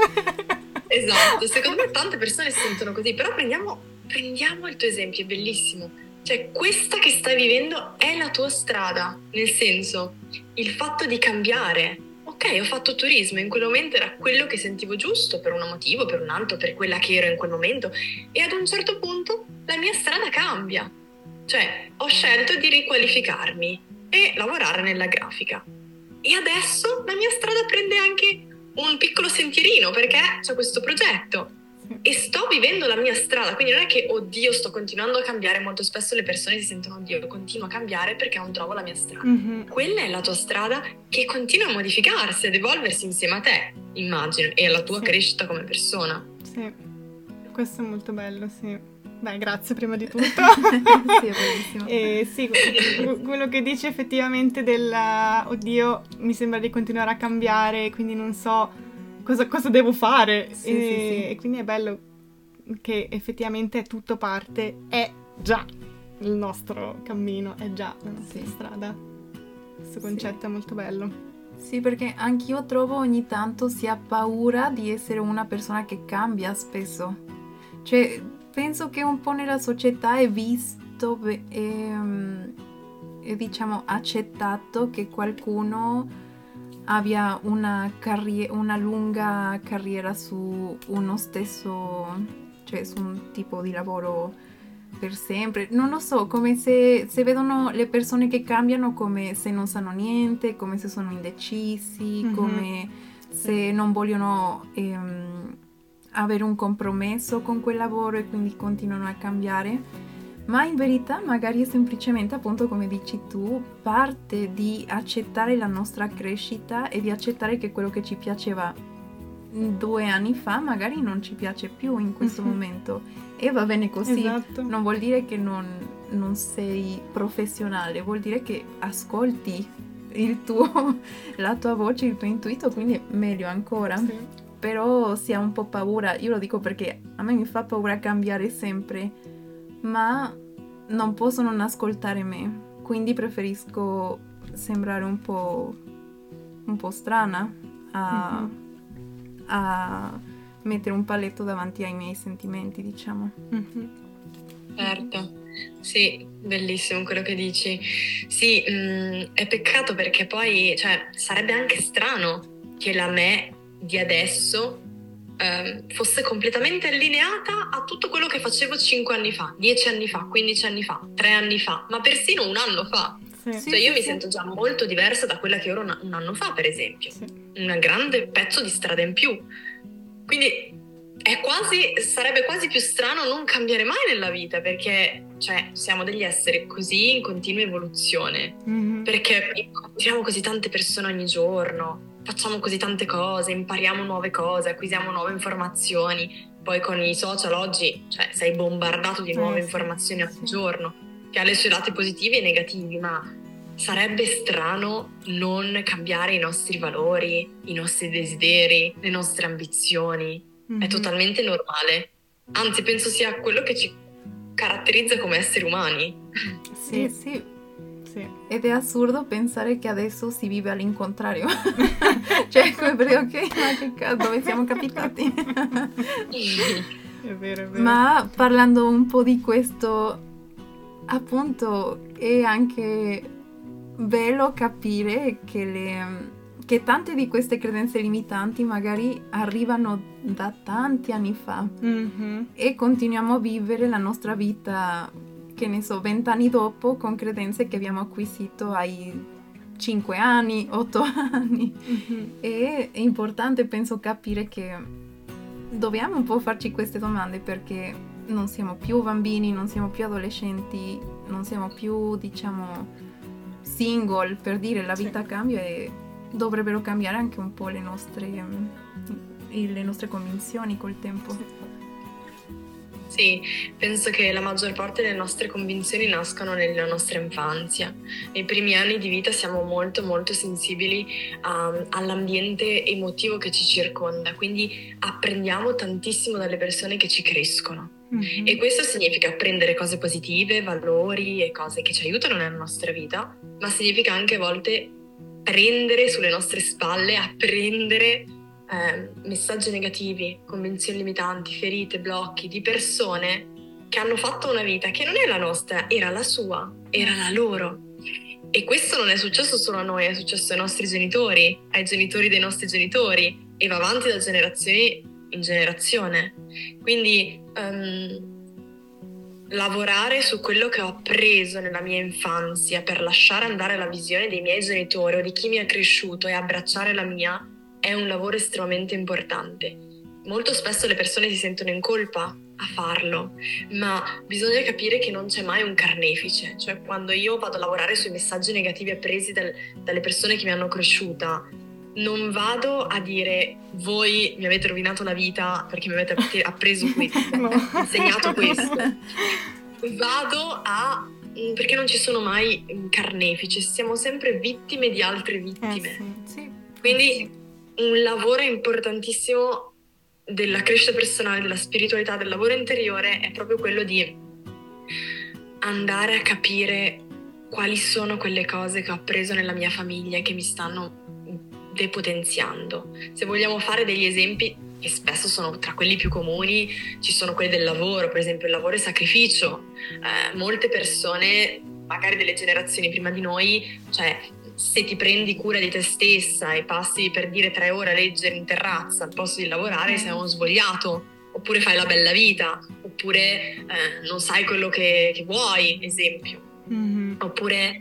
Esatto, secondo me tante persone si sentono così, però prendiamo il tuo esempio, è bellissimo. Cioè, questa che stai vivendo è la tua strada, nel senso, il fatto di cambiare. Ok, ho fatto turismo, in quel momento era quello che sentivo giusto, per un motivo, per un altro, per quella che ero in quel momento, e ad un certo punto la mia strada cambia. Cioè, ho scelto di riqualificarmi e lavorare nella grafica. E adesso la mia strada prende anche un piccolo sentierino perché c'è questo progetto e sto vivendo la mia strada, quindi non è che oddio sto continuando a cambiare. Molto spesso le persone si sentono: oddio, continuo a cambiare perché non trovo la mia strada. Quella è la tua strada che continua a modificarsi, ad evolversi insieme a te, immagino, e alla tua crescita come persona. Sì, questo è molto bello, sì. Beh, grazie prima di tutto. Sì, è bellissimo. Sì, quello che dici effettivamente oddio, mi sembra di continuare a cambiare, quindi non so cosa devo fare. Sì. E quindi è bello che effettivamente tutto parte, è già il nostro cammino, è già la nostra strada. Questo concetto è molto bello. Sì, perché anch'io trovo ogni tanto si ha paura di essere una persona che cambia spesso. Cioè, penso che un po' nella società è visto e diciamo accettato che qualcuno abbia una lunga carriera su uno stesso, cioè su un tipo di lavoro per sempre. Non lo so, come se vedono le persone che cambiano come se non sanno niente, come se sono indecisi, come se non vogliono avere un compromesso con quel lavoro e quindi continuano a cambiare. Ma in verità magari è semplicemente, appunto come dici tu, parte di accettare la nostra crescita e di accettare che quello che ci piaceva 2 anni fa magari non ci piace più in questo momento e va bene così. Esatto. Non vuol dire che non sei professionale, vuol dire che ascolti la tua voce, il tuo intuito, quindi meglio ancora. Sì. Però si ha un po' paura, io lo dico perché a me mi fa paura cambiare sempre, ma non posso non ascoltare me, quindi preferisco sembrare un po' strana a mettere un paletto davanti ai miei sentimenti, diciamo. Certo, sì, bellissimo quello che dici. Sì, è peccato perché poi, cioè, sarebbe anche strano che la me di adesso fosse completamente allineata a tutto quello che facevo 5 anni fa, 10 anni fa, 15 anni fa, 3 anni fa, ma persino un anno fa. Sì. Cioè io mi sento già molto diversa da quella che ero un anno fa, per esempio. Sì. Un grande pezzo di strada in più. Quindi sarebbe quasi più strano non cambiare mai nella vita, perché cioè, siamo degli esseri così in continua evoluzione, perché incontriamo così tante persone ogni giorno, facciamo così tante cose, impariamo nuove cose, acquisiamo nuove informazioni. Poi con i social oggi, cioè, sei bombardato di nuove informazioni ogni giorno, che ha i suoi lati positivi e negativi, ma sarebbe strano non cambiare i nostri valori, i nostri desideri, le nostre ambizioni. È totalmente normale. Anzi, penso sia quello che ci caratterizza come esseri umani. Sì. Ed è assurdo pensare che adesso si vive all'incontrario. Cioè, come per dire, ok, ma che cazzo, dove siamo capitati? È vero. Ma parlando un po' di questo, appunto, è anche bello capire che tante di queste credenze limitanti magari arrivano da tanti anni fa e continuiamo a vivere la nostra vita, che ne so, 20 anni dopo, con credenze che abbiamo acquisito ai 5 anni, 8 anni. E è importante, penso, capire che dobbiamo un po' farci queste domande, perché non siamo più bambini, non siamo più adolescenti, non siamo più, diciamo, single, per dire, la vita cambia e dovrebbero cambiare anche un po' le nostre convinzioni col tempo. Sì, penso che la maggior parte delle nostre convinzioni nascono nella nostra infanzia. Nei primi anni di vita siamo molto molto sensibili all'ambiente emotivo che ci circonda, quindi apprendiamo tantissimo dalle persone che ci crescono. E questo significa apprendere cose positive, valori e cose che ci aiutano nella nostra vita, ma significa anche a volte prendere sulle nostre spalle, apprendere messaggi negativi, convinzioni limitanti, ferite, blocchi di persone che hanno fatto una vita che non è la nostra, era la sua, era la loro. E questo non è successo solo a noi, è successo ai nostri genitori, ai genitori dei nostri genitori, e va avanti da generazione in generazione. Quindi lavorare su quello che ho appreso nella mia infanzia per lasciare andare la visione dei miei genitori o di chi mi ha cresciuto e abbracciare la mia è un lavoro estremamente importante. Molto spesso le persone si sentono in colpa a farlo, ma bisogna capire che non c'è mai un carnefice. Cioè, quando io vado a lavorare sui messaggi negativi appresi dalle persone che mi hanno cresciuta, non vado a dire voi mi avete rovinato la vita perché mi avete appreso questo, insegnato questo. Vado perché non ci sono mai carnefici, siamo sempre vittime di altre vittime. Quindi un lavoro importantissimo della crescita personale, della spiritualità, del lavoro interiore è proprio quello di andare a capire quali sono quelle cose che ho appreso nella mia famiglia che mi stanno depotenziando. Se vogliamo fare degli esempi, che spesso sono tra quelli più comuni, ci sono quelli del lavoro, per esempio il lavoro è sacrificio. Molte persone, magari delle generazioni prima di noi, cioè se ti prendi cura di te stessa e passi, per dire, 3 ore a leggere in terrazza al posto di lavorare, sei uno svogliato, oppure fai la bella vita, oppure non sai quello che vuoi, esempio. Oppure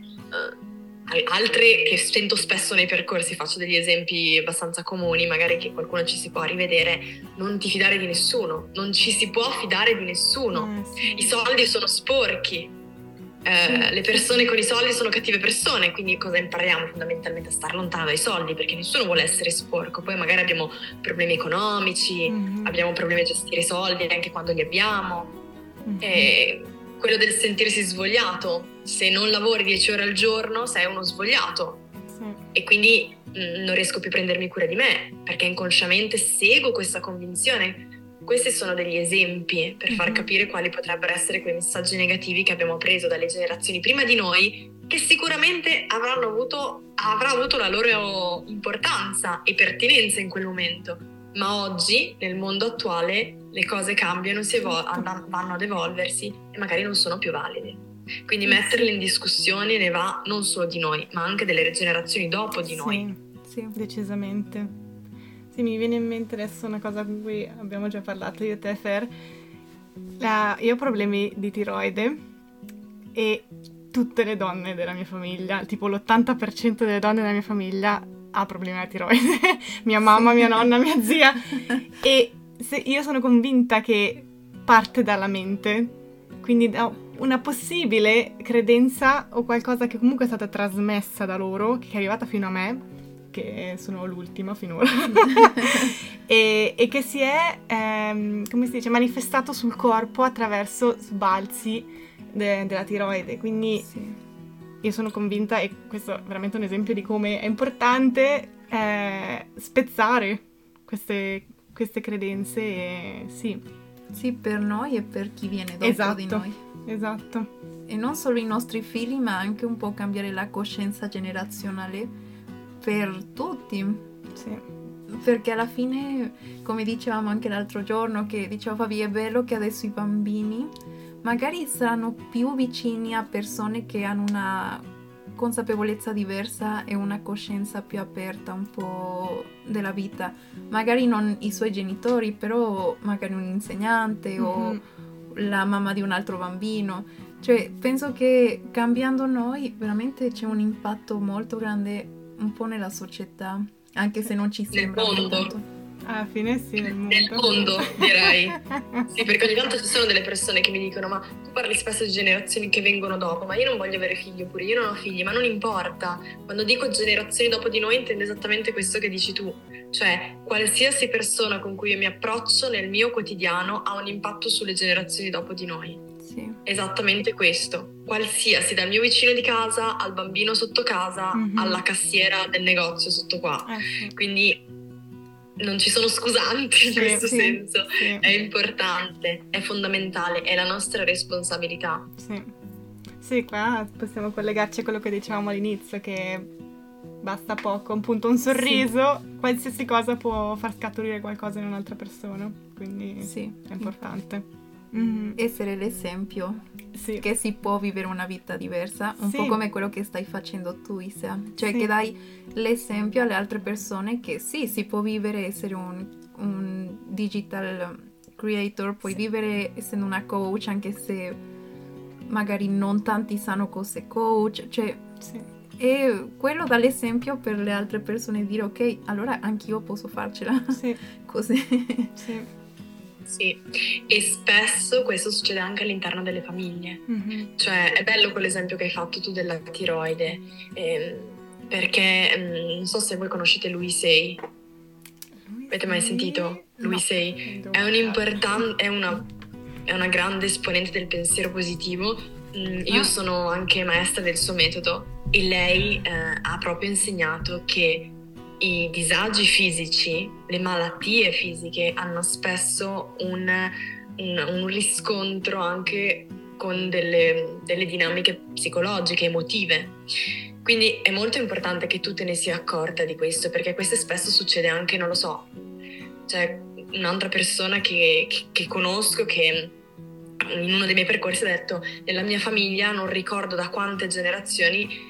altre che sento spesso nei percorsi, faccio degli esempi abbastanza comuni, magari che qualcuno ci si può rivedere: non ti fidare di nessuno, non ci si può fidare di nessuno, i soldi sono sporchi, le persone con i soldi sono cattive persone, quindi cosa impariamo fondamentalmente? A stare lontano dai soldi, perché nessuno vuole essere sporco. Poi magari abbiamo problemi economici, abbiamo problemi a gestire i soldi anche quando li abbiamo, e quello del sentirsi svogliato, se non lavori 10 ore al giorno sei uno svogliato, e quindi non riesco più a prendermi cura di me perché inconsciamente seguo questa convinzione. Questi sono degli esempi per far capire quali potrebbero essere quei messaggi negativi che abbiamo preso dalle generazioni prima di noi, che sicuramente avrà avuto la loro importanza e pertinenza in quel momento, ma oggi nel mondo attuale le cose cambiano, vanno ad evolversi e magari non sono più valide. Quindi metterle in discussione ne va non solo di noi, ma anche delle generazioni dopo di noi. Sì, decisamente. Sì, mi viene in mente adesso una cosa con cui abbiamo già parlato io e te, Fer. Io ho problemi di tiroide e tutte le donne della mia famiglia, tipo l'80% delle donne della mia famiglia ha problemi di tiroide. Mia mamma, mia nonna, mia zia. E io sono convinta che parte dalla mente, quindi da una possibile credenza o qualcosa che comunque è stata trasmessa da loro, che è arrivata fino a me, che sono l'ultima finora, e che si è, come si dice, manifestato sul corpo attraverso sbalzi della tiroide. Quindi io sono convinta, e questo è veramente un esempio di come è importante spezzare queste credenze, e Sì, per noi e per chi viene dopo di noi. Esatto. E non solo i nostri figli, ma anche un po' cambiare la coscienza generazionale per tutti. Sì. Perché alla fine, come dicevamo anche l'altro giorno, che diceva Fabi, è bello che adesso i bambini magari saranno più vicini a persone che hanno una consapevolezza diversa e una coscienza più aperta un po' della vita. Magari non i suoi genitori, però magari un insegnante o la mamma di un altro bambino. Cioè, penso che cambiando noi veramente c'è un impatto molto grande un po' nella società, anche se non ci sembra tanto. Alla fine sì, nel mondo, direi. Sì, perché ogni tanto ci sono delle persone che mi dicono: ma tu parli spesso di generazioni che vengono dopo, ma io non voglio avere figli, oppure io non ho figli, ma non importa. Quando dico generazioni dopo di noi intendo esattamente questo che dici tu, cioè qualsiasi persona con cui io mi approccio nel mio quotidiano ha un impatto sulle generazioni dopo di noi. Sì. Esattamente questo, qualsiasi, dal mio vicino di casa al bambino sotto casa, alla cassiera del negozio sotto qua. Quindi non ci sono scusanti in questo senso. È importante, è fondamentale, è la nostra responsabilità. Sì, qua possiamo collegarci a quello che dicevamo all'inizio, che basta poco, appunto un sorriso, qualsiasi cosa può far scaturire qualcosa in un'altra persona, quindi è importante. Essere l'esempio che si può vivere una vita diversa, un po' come quello che stai facendo tu, Isa, cioè che dai l'esempio alle altre persone che si può vivere, essere un digital creator, puoi vivere essendo una coach, anche se magari non tanti sanno cosa è coach, cioè e quello dà l'esempio per le altre persone, dire ok, allora anch'io posso farcela così. Sì, e spesso questo succede anche all'interno delle famiglie. Cioè è bello quell'esempio che hai fatto tu della tiroide, perché non so se voi conoscete Louise Hay. Avete mai sentito? Louise Hay è una grande esponente del pensiero positivo. Io sono anche maestra del suo metodo e lei ha proprio insegnato che i disagi fisici, le malattie fisiche hanno spesso un riscontro anche con delle dinamiche psicologiche, emotive. Quindi è molto importante che tu te ne sia accorta di questo, perché questo spesso succede anche, non lo so, cioè un'altra persona che conosco che in uno dei miei percorsi ha detto: nella mia famiglia non ricordo da quante generazioni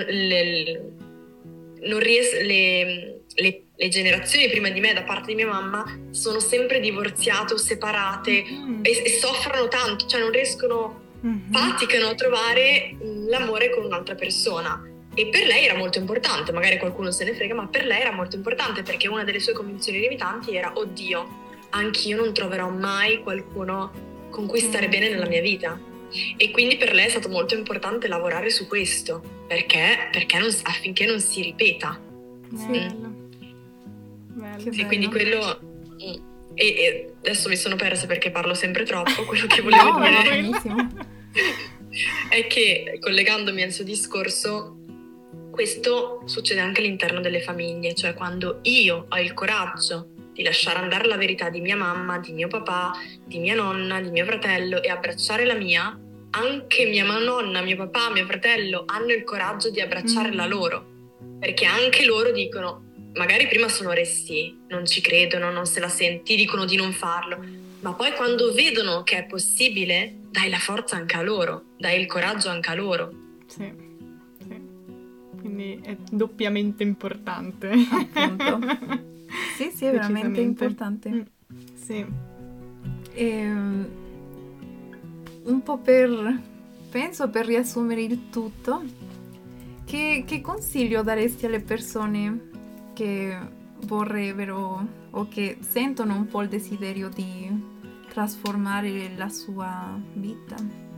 le generazioni prima di me da parte di mia mamma sono sempre divorziate o separate e soffrono tanto, cioè non riescono, faticano a trovare l'amore con un'altra persona. E per lei era molto importante, magari qualcuno se ne frega, ma per lei era molto importante, perché una delle sue convinzioni limitanti era: oddio, anch'io non troverò mai qualcuno con cui stare bene nella mia vita. E quindi per lei è stato molto importante lavorare su questo, perché affinché non si ripeta. Bello. Sì, quindi quello e adesso mi sono persa perché parlo sempre troppo. Quello che volevo dire è che, collegandomi al suo discorso, questo succede anche all'interno delle famiglie, cioè quando io ho il coraggio di lasciare andare la verità di mia mamma, di mio papà, di mia nonna, di mio fratello e abbracciare la mia, anche mia nonna, mio papà, mio fratello hanno il coraggio di abbracciare la loro, perché anche loro dicono: magari prima sono resti, non ci credono, non se la ti dicono di non farlo, ma poi quando vedono che è possibile, dai la forza anche a loro, dai il coraggio anche a loro. Sì, sì. Quindi è doppiamente importante. Appunto. Sì, è veramente importante. Sì. Un po' penso per riassumere il tutto, che consiglio daresti alle persone che vorrebbero o che sentono un po' il desiderio di trasformare la sua vita?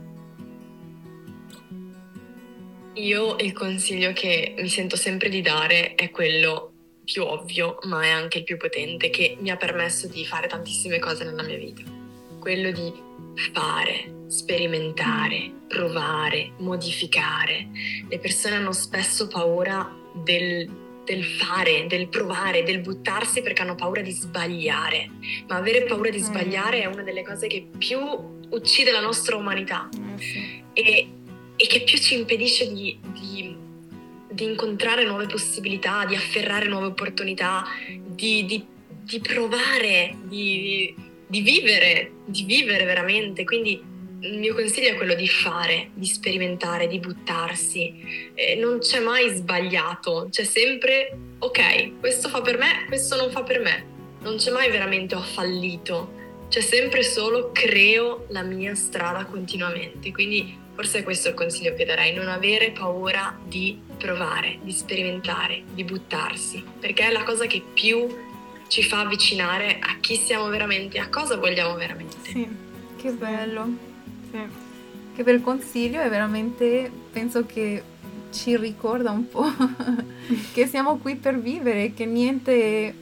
Io il consiglio che mi sento sempre di dare è quello più ovvio, ma è anche il più potente, che mi ha permesso di fare tantissime cose nella mia vita. Quello di fare, sperimentare, provare, modificare. Le persone hanno spesso paura del fare, del provare, del buttarsi perché hanno paura di sbagliare. Ma avere paura di sbagliare è una delle cose che più uccide la nostra umanità e che più ci impedisce di incontrare nuove possibilità, di afferrare nuove opportunità, di provare, di vivere veramente. Quindi il mio consiglio è quello di fare, di sperimentare, di buttarsi. Non c'è mai sbagliato, c'è sempre ok, questo fa per me, questo non fa per me. Non c'è mai veramente ho fallito, c'è sempre solo creo la mia strada continuamente. Quindi forse è questo il consiglio che darei, non avere paura di provare, di sperimentare, di buttarsi, perché è la cosa che più ci fa avvicinare a chi siamo veramente, a cosa vogliamo veramente. Sì, che bello. Sì. Che bel consiglio, e veramente penso che ci ricorda un po' che siamo qui per vivere, che niente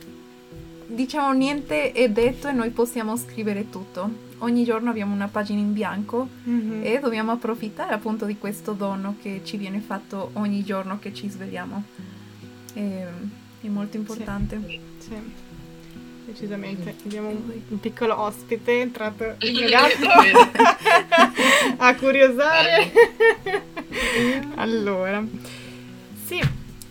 è detto e noi possiamo scrivere tutto. Ogni giorno abbiamo una pagina in bianco e dobbiamo approfittare appunto di questo dono che ci viene fatto ogni giorno che ci svegliamo. È molto importante. Sì. Decisamente. Abbiamo un piccolo ospite, è entrato il mio gatto a curiosare. Allora, sì,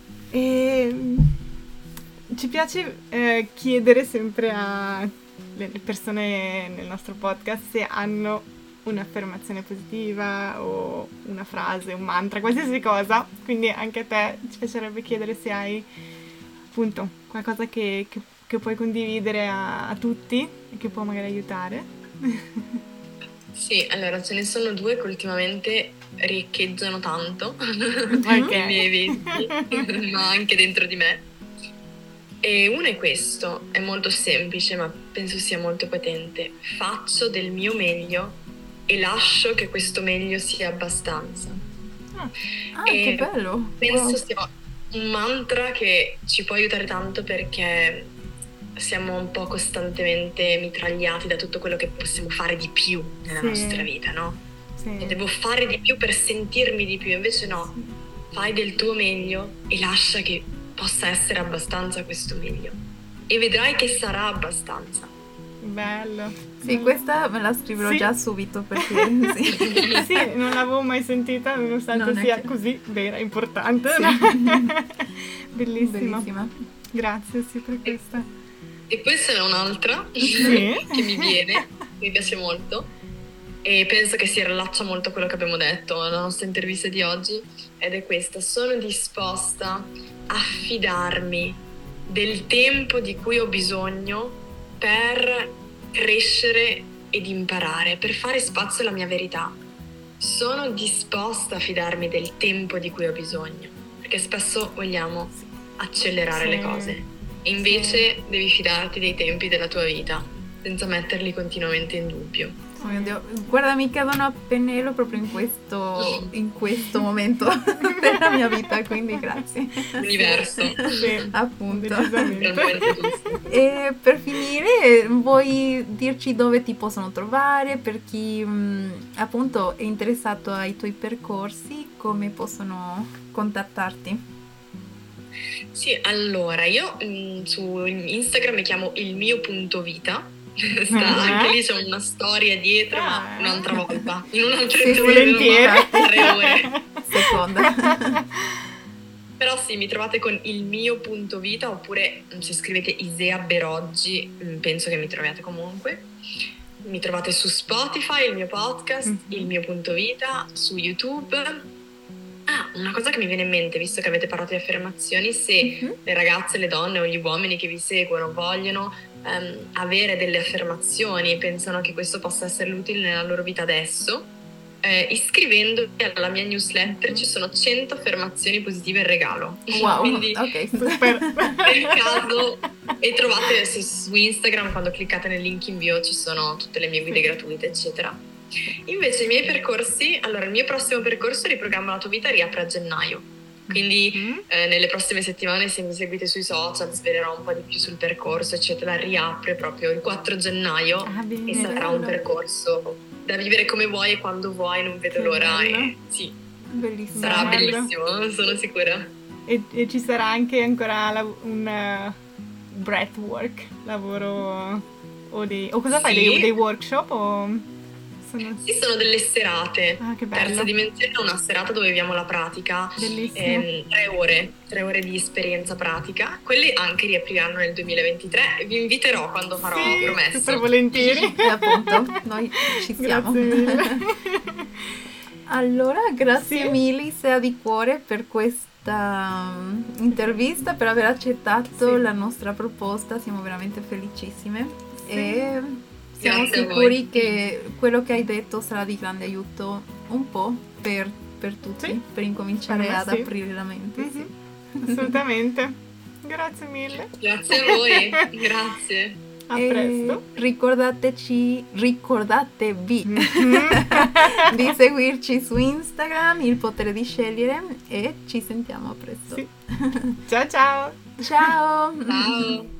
ci piace chiedere sempre alle persone nel nostro podcast se hanno un'affermazione positiva o una frase, un mantra, qualsiasi cosa. Quindi anche a te ci piacerebbe chiedere se hai appunto qualcosa che puoi condividere a tutti e che può magari aiutare. Sì, allora ce ne sono due che ultimamente riecheggiano tanto Okay. i miei eventi, ma anche dentro di me. E uno è questo, è molto semplice ma penso sia molto potente. Faccio del mio meglio e lascio che questo meglio sia abbastanza. Che bello! Penso sia un mantra che ci può aiutare tanto, perché siamo un po' costantemente mitragliati da tutto quello che possiamo fare di più nella nostra vita, no? Sì. Devo fare di più per sentirmi di più, invece no, fai del tuo meglio e lascia che possa essere abbastanza questo meglio e vedrai che sarà abbastanza. Bello. Sì, questa me la scriverò già subito, perché sì, non l'avevo mai sentita, nonostante sia così vera, importante. Sì. Bellissima. Grazie, sì, per questa. E poi ce n'è un'altra che mi piace molto e penso che si rilaccia molto a quello che abbiamo detto nella nostra intervista di oggi, ed è questa: sono disposta a fidarmi del tempo di cui ho bisogno per crescere ed imparare, per fare spazio alla mia verità. Sono disposta a fidarmi del tempo di cui ho bisogno, perché spesso vogliamo accelerare le cose e invece devi fidarti dei tempi della tua vita senza metterli continuamente in dubbio. Oh mio Dio, guarda, mi cadono a pennello proprio in questo momento della mia vita, quindi grazie. Universo. Sì, appunto. Giusto. E per finire, vuoi dirci dove ti possono trovare, per chi appunto è interessato ai tuoi percorsi, come possono contattarti? Sì, allora io su Instagram mi chiamo ilmio.vita. Anche lì c'è una storia dietro, ma un'altra volta, in un'altra volentieri. 3 ore. Seconda. Però sì, mi trovate con il mio punto vita, oppure se scrivete Isea Beroggi, penso che mi troviate comunque. Mi trovate su Spotify, il mio podcast, il mio punto vita, su YouTube. Ah, una cosa che mi viene in mente, visto che avete parlato di affermazioni, se le ragazze, le donne o gli uomini che vi seguono vogliono avere delle affermazioni e pensano che questo possa essere utile nella loro vita adesso, iscrivendovi alla mia newsletter ci sono 100 affermazioni positive in regalo. Wow, quindi ok, super. nel caso, e trovate su Instagram, quando cliccate nel link in bio ci sono tutte le mie guide gratuite eccetera. Invece i miei percorsi, allora il mio prossimo percorso Riprogramma la tua vita riapre a gennaio, quindi nelle prossime settimane, se mi seguite sui social, svelerò un po' di più sul percorso eccetera. Riapre proprio il 4 gennaio e sarà un percorso da vivere come vuoi e quando vuoi, non vedo l'ora. E sì, bellissimo. sarà bellissimo, sono sicura. E ci sarà anche ancora un breathwork, lavoro o cosa fai? Dei workshop o... Sì, sono delle serate. Ah, che bello. Terza dimensione è una serata dove viviamo la pratica. Bellissimo. 3 ore di esperienza pratica. Quelli anche riapriranno nel 2023. Vi inviterò quando farò, promesso. Super volentieri. E appunto, noi ci siamo. Grazie mille. Allora, grazie mille Isea di cuore per questa intervista, per aver accettato la nostra proposta. Siamo veramente felicissime e siamo sicuri che quello che hai detto sarà di grande aiuto un po' per tutti, per incominciare ad aprire la mente. Sì. Assolutamente. Grazie mille. Grazie a voi, grazie. A presto. Ricordatevi di seguirci su Instagram, Il Potere di Scegliere, e ci sentiamo a presto. Sì. Ciao ciao. Ciao. Ciao.